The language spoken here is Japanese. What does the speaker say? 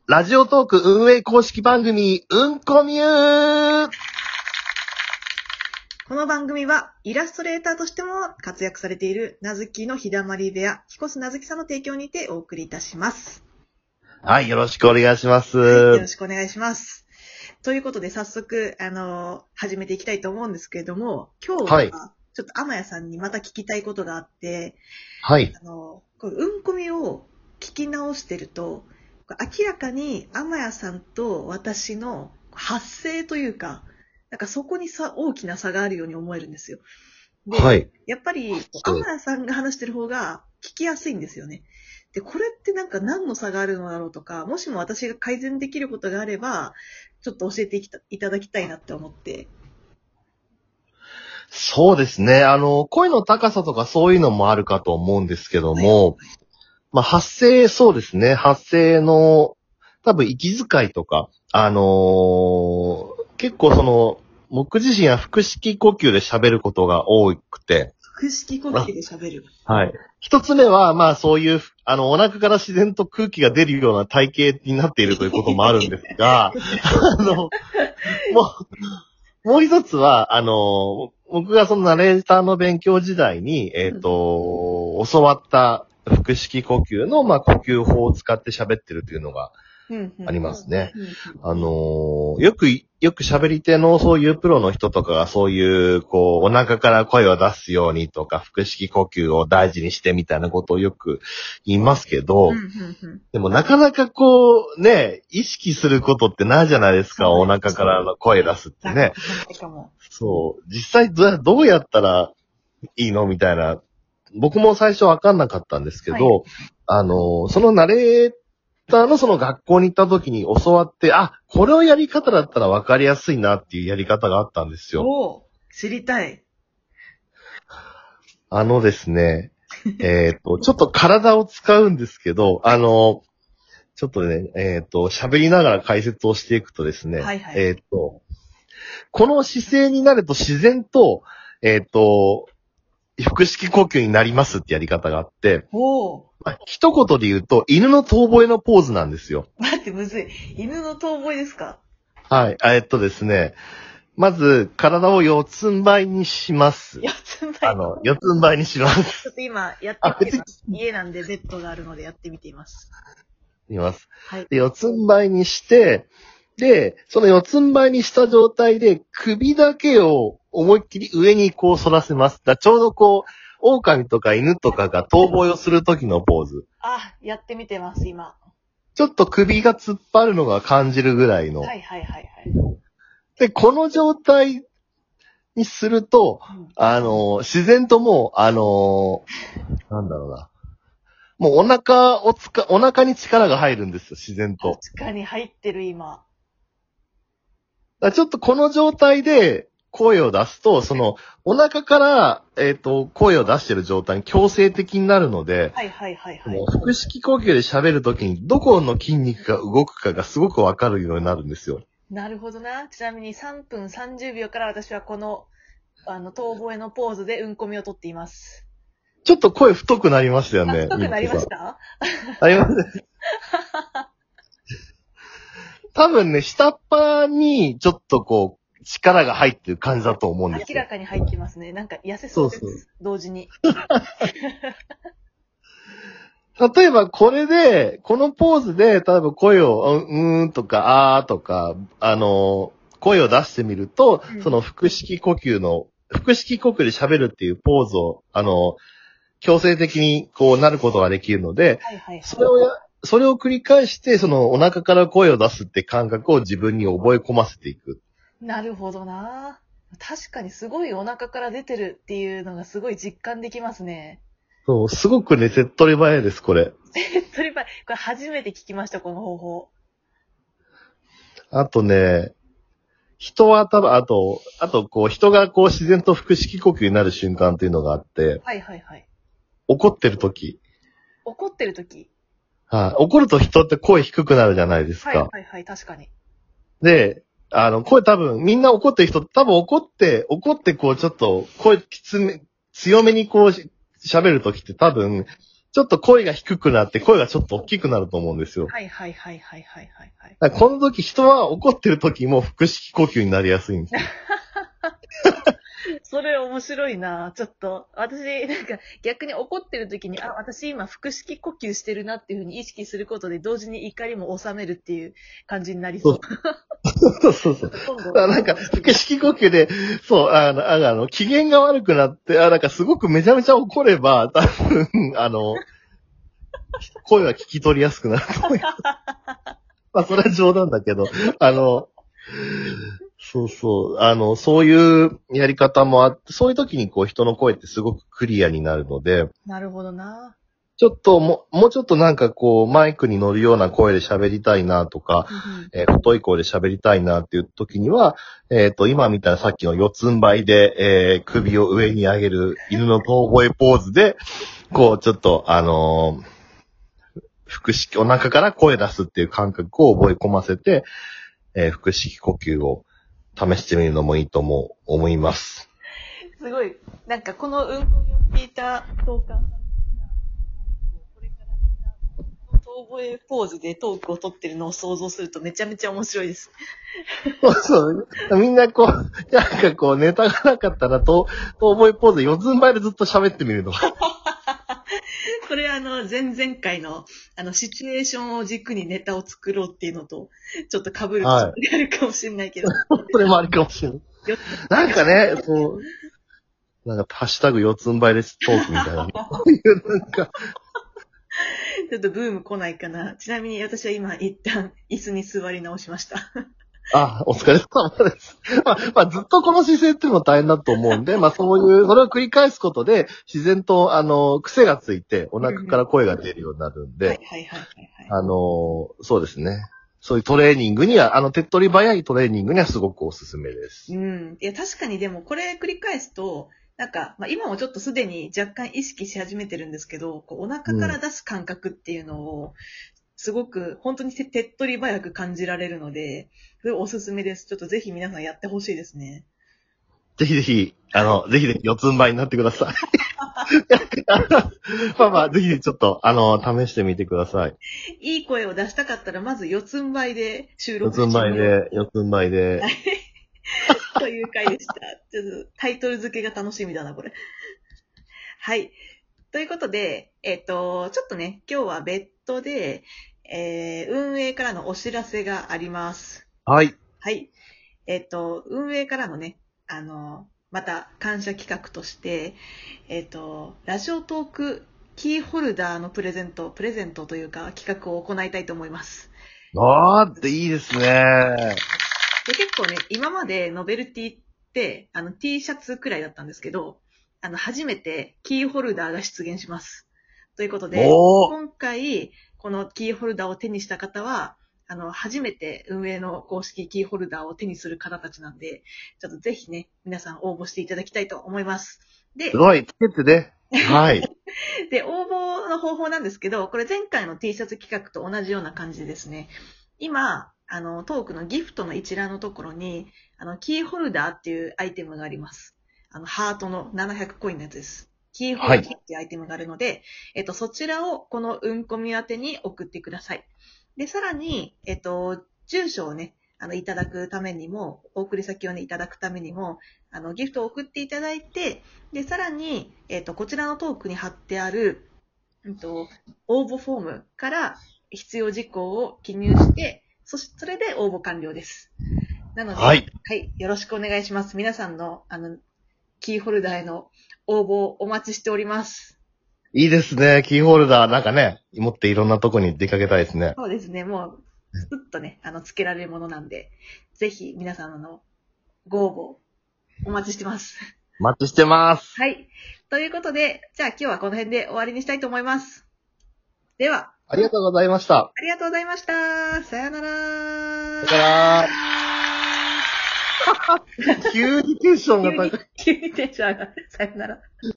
ラジオトーク運営公式番組、うんこみゅー。 この番組はイラストレーターとしても活躍されているなずきのひだまり部屋、ひこすなずきさんの提供にてお送りいたします。 はい、よろしくお願いします。 よろしくお願いします。ということで早速、始めていきたいと思うんですけれども、今日はちょっと天谷さんにまた聞きたいことがあって、 はい。 こううんこみを聞き直してると、明らかに天谷さんと私の発声というか、なんかそこに大きな差があるように思えるんですよ。で、 はい。 やっぱり天谷さんが話してる方が聞きやすいんですよね。で、これってなんか何の差があるのだろうとか、もしも私が改善できることがあれば、ちょっと教えていただきたいなって思って。 そうですね。声の高さとかそういうのもあるかと思うんですけども、まあ、発声、そうですね。発声の、多分息遣いとか、結構僕自身は腹式呼吸で喋ることが多くて。 腹式呼吸で喋る。 はい。一つ目は、まあそういう、お腹から自然と空気が出るような体型になっているということもあるんですが、もう一つは、僕がそのナレーターの勉強時代に、教わった腹式呼吸の、まあ呼吸法を使って喋ってるというのがありますね。よく喋り手のそういうプロの人とかがそういう、お腹から声を出すようにとか、腹式呼吸を大事にしてみたいなことをよく言いますけど、でもなかなか意識することってないじゃないですか、お腹からの声出すってね。そう。実際どうやったらいいのみたいな。僕も最初わかんなかったんですけど、そのナレーターのその学校に行った時に教わって、これをやり方だったらわかりやすいなっていうやり方があったんですよ。 知りたい。 ですね、ちょっと体を使うんですけど、ちょっとね、喋りながら解説をしていくとですね、この姿勢になると自然と、腹式呼吸になりますってやり方があって、一言で言うと、犬の遠吠えのポーズなんですよ。 待って、むずい。犬の遠吠えですか？ はい。ですね、まず、体を四つん這いにします。 四つん這い四つん這いにします。 ちょっと今、やってみてます。家なんでベッドがあるのでやってみています。 はい。で、四つん這いにして、で、その四つん這いにした状態で、首だけを思いっきり上に反らせます。ちょうど狼とか犬とかが遠吠えをするときのポーズ。 やってみてます、今。 ちょっと首が突っ張るのが感じるぐらいの。で、この状態にすると、自然ともう、なんだろうな。もうお腹に力が入るんですよ、自然と。 確かに入ってる、今。 ちょっとこの状態で声を出すと、お腹から、声を出してる状態に強制的になるので、腹式呼吸で喋るときにどこの筋肉が動くかがすごくわかるようになるんですよ。 なるほどな。ちなみに3分30秒から私はこの、遠吠えのポーズでうんこみを取っています。 ちょっと声太くなりましたよね。 太くなりました？ ありますね。多分ね、下っ端にちょっと力が入ってる感じだと思うんですよ。 明らかに入ってますね。なんか痩せそうです。そう同時に。 例えばこのポーズで、例えば声を、とか、とか、声を出してみると、その腹式呼吸で喋るっていうポーズを、強制的になることができるので、それを繰り返して、お腹から声を出すって感覚を自分に覚え込ませていく。 なるほどな。確かにすごいお腹から出てるっていうのがすごい実感できますね。 そう、すごくね、手っ取り早いです、これ。 手っ取り早い。これ初めて聞きました、この方法。 あとね、人は多分、あと、人が自然と腹式呼吸になる瞬間っていうのがあって。怒ってる時。 怒ってる時？ 怒ると人って声低くなるじゃないですか。 確かに。 で、声多分、みんな怒ってる人、多分怒って、ちょっと、声強めに喋るときって多分、 ちょっと声が低くなって声がちょっと大きくなると思うんですよ。 はいはいはいはいはいはい。 だからこの時人は怒ってる時も腹式呼吸になりやすいんですよ。 それ面白いな。ちょっと、私、逆に怒ってる時に、私今腹式呼吸してるなっていう風に意識することで、同時に怒りも収めるっていう感じになりそう。 そうそうそう。腹式呼吸で、そう、機嫌が悪くなって、すごくめちゃめちゃ怒れば、多分、声は聞き取りやすくなると思います。まあ、それは冗談だけど、そうそう。そういうやり方もあって、そういう時に人の声ってすごくクリアになるので。 なるほどな。 ちょっともうちょっとマイクに乗るような声で喋りたいなとか、太い声で喋りたいなっていう時には、今みたいなさっきの四つん這いで、首を上に上げる犬の遠吠えポーズで、ちょっと、腹式、お腹から声出すっていう感覚を覚え込ませて、腹式呼吸を試してみるのもいいと思います。 すごい、この運動を聞いたトーカーさんが、これからみんな、遠吠えポーズでトークを取ってるのを想像するとめちゃめちゃ面白いです。 そうそう。みんなネタがなかったら、遠吠えポーズで四つん這いでずっと喋ってみるの。 これ前々回の、シチュエーションを軸にネタを作ろうっていうのと、ちょっと被ることがあるかもしれないけど。 それもありかもしれない。ハッシュタグ四つん這いですトークみたいな。 ちょっとブーム来ないかな。ちなみに私は今一旦椅子に座り直しました。 お疲れ様です。まあ、ずっとこの姿勢っていうのも大変だと思うんで、それを繰り返すことで、自然と、癖がついて、お腹から声が出るようになるんで、そうですね。そういうトレーニングには、手っ取り早いトレーニングにはすごくおすすめです。 いや、確かにでもこれ繰り返すと、今もちょっとすでに若干意識し始めてるんですけど、お腹から出す感覚っていうのを、すごく本当に手っ取り早く感じられるので、それおすすめです。ちょっとぜひ皆さんやってほしいですね。 ぜひぜひ四つん這いになってください。ぜひちょっと、試してみてください。 いい声を出したかったら、まず四つん這いで収録してみよう。四つん這いで。 という回でした。ちょっとタイトル付けが楽しみだな、これ。はい。ということで、ちょっとね、今日は別途で、運営からのお知らせがあります。 はい。 はい。運営からのね、また感謝企画として、ラジオトークキーホルダーのプレゼントというか企画を行いたいと思います。 っていいですね。 で、結構ね、今までノベルティって、T シャツくらいだったんですけど、初めてキーホルダーが出現します。ということで、今回、このキーホルダーを手にした方は、初めて運営の公式キーホルダーを手にする方たちなんで、ちょっとぜひね、皆さん応募していただきたいと思います。で、 すごい、つけてね。はい。 で、応募の方法なんですけど、これ前回の T シャツ企画と同じような感じでですね、今、トークのギフトの一覧のところに、キーホルダーっていうアイテムがあります。ハートの700コインのやつです。キーホルダーっていうアイテムがあるので、そちらをこのうんこみ宛てに送ってください。で、さらに、住所をね、いただくためにも、お送り先をね、いただくためにも、ギフトを送っていただいて、で、さらに、こちらのトークに貼ってある、応募フォームから必要事項を記入して、それで応募完了です。なので、はい、よろしくお願いします。皆さんの、キーホルダーへの応募お待ちしております。 いいですね。キーホルダー、持っていろんなとこに出かけたいですね。 そうですね。もう、スッとね、つけられるものなんで、ぜひ皆さんのご応募、お待ちしてます。 お待ちしてます。 はい。ということで、じゃあ今日はこの辺で終わりにしたいと思います。では。 ありがとうございました。 ありがとうございました。さよなら。 さよなら。急にテンションが高い。 急にテンション上がる。さよなら。